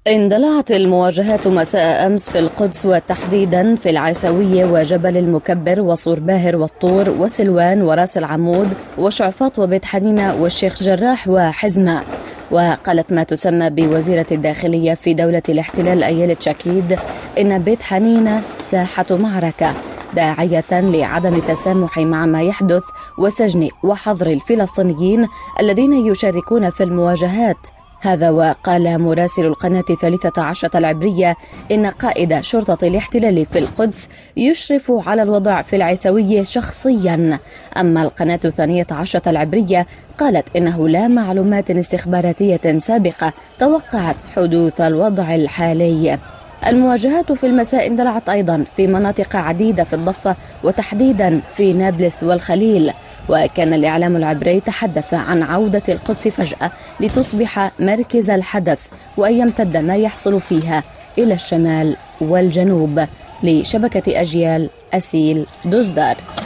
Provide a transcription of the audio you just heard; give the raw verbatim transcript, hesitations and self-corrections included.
اندلعت المواجهات مساء أمس في القدس وتحديدا في العيسوية وجبل المكبر وصور باهر والطور وسلوان وراس العمود وشعفاط وبيت حنينة والشيخ جراح وحزمة. وقالت ما تسمى بوزيرة الداخلية في دولة الاحتلال أيلة شكيد إن بيت حنينة ساحة معركة، داعية لعدم التسامح مع ما يحدث وسجن وحظر الفلسطينيين الذين يشاركون في المواجهات. هذا وقال مراسل القناة الثالثة عشرة العبرية إن قائد شرطة الاحتلال في القدس يشرف على الوضع في العيسوية شخصيا. أما القناة الثانية عشرة العبرية قالت إنه لا معلومات استخباراتية سابقة توقعت حدوث الوضع الحالي. المواجهات في المساء اندلعت أيضا في مناطق عديدة في الضفة وتحديدا في نابلس والخليل، وكان الإعلام العبري تحدث عن عودة القدس فجأة لتصبح مركز الحدث وأن يمتد ما يحصل فيها إلى الشمال والجنوب. لشبكة أجيال، أسيل دوزدار.